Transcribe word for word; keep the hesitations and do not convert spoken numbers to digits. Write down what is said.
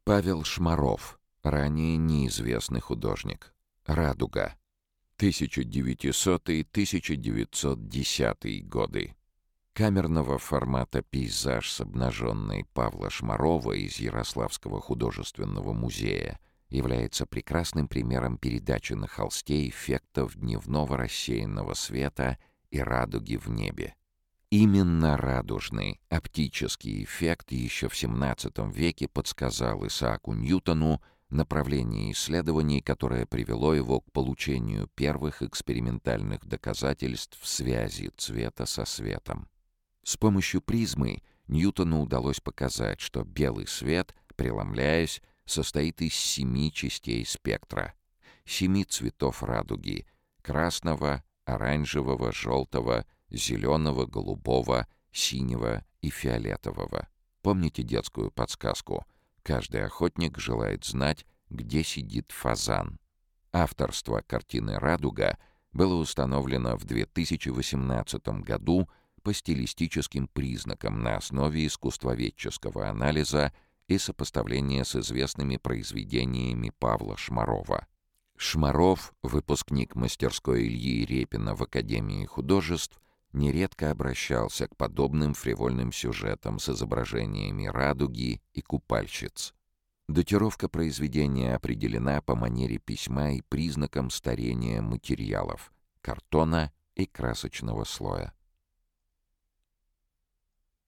Павел Шмаров, ранее неизвестный художник. «Радуга», тысяча девятисотый — тысяча девятьсот десятый годы. Камерного формата пейзаж с обнаженной Павла Шмарова из Ярославского художественного музея является прекрасным примером передачи на холсте эффектов дневного рассеянного света и радуги в небе. Именно радужный оптический эффект еще в семнадцатом веке подсказал Исааку Ньютону направление исследований, которое привело его к получению первых экспериментальных доказательств связи цвета со светом. С помощью призмы Ньютону удалось показать, что белый свет, преломляясь, состоит из семи частей спектра, семи цветов радуги — красного, оранжевого, желтого, зеленого, голубого, синего и фиолетового. Помните детскую подсказку? Каждый охотник желает знать, где сидит фазан. Авторство картины «Радуга» было установлено в две тысячи восемнадцатом году по стилистическим признакам на основе искусствоведческого анализа и сопоставления с известными произведениями Павла Шмарова. Шмаров, выпускник мастерской Ильи Репина в Академии художеств, нередко обращался к подобным фривольным сюжетам с изображениями радуги и купальщиц. Датировка произведения определена по манере письма и признакам старения материалов — картона и красочного слоя.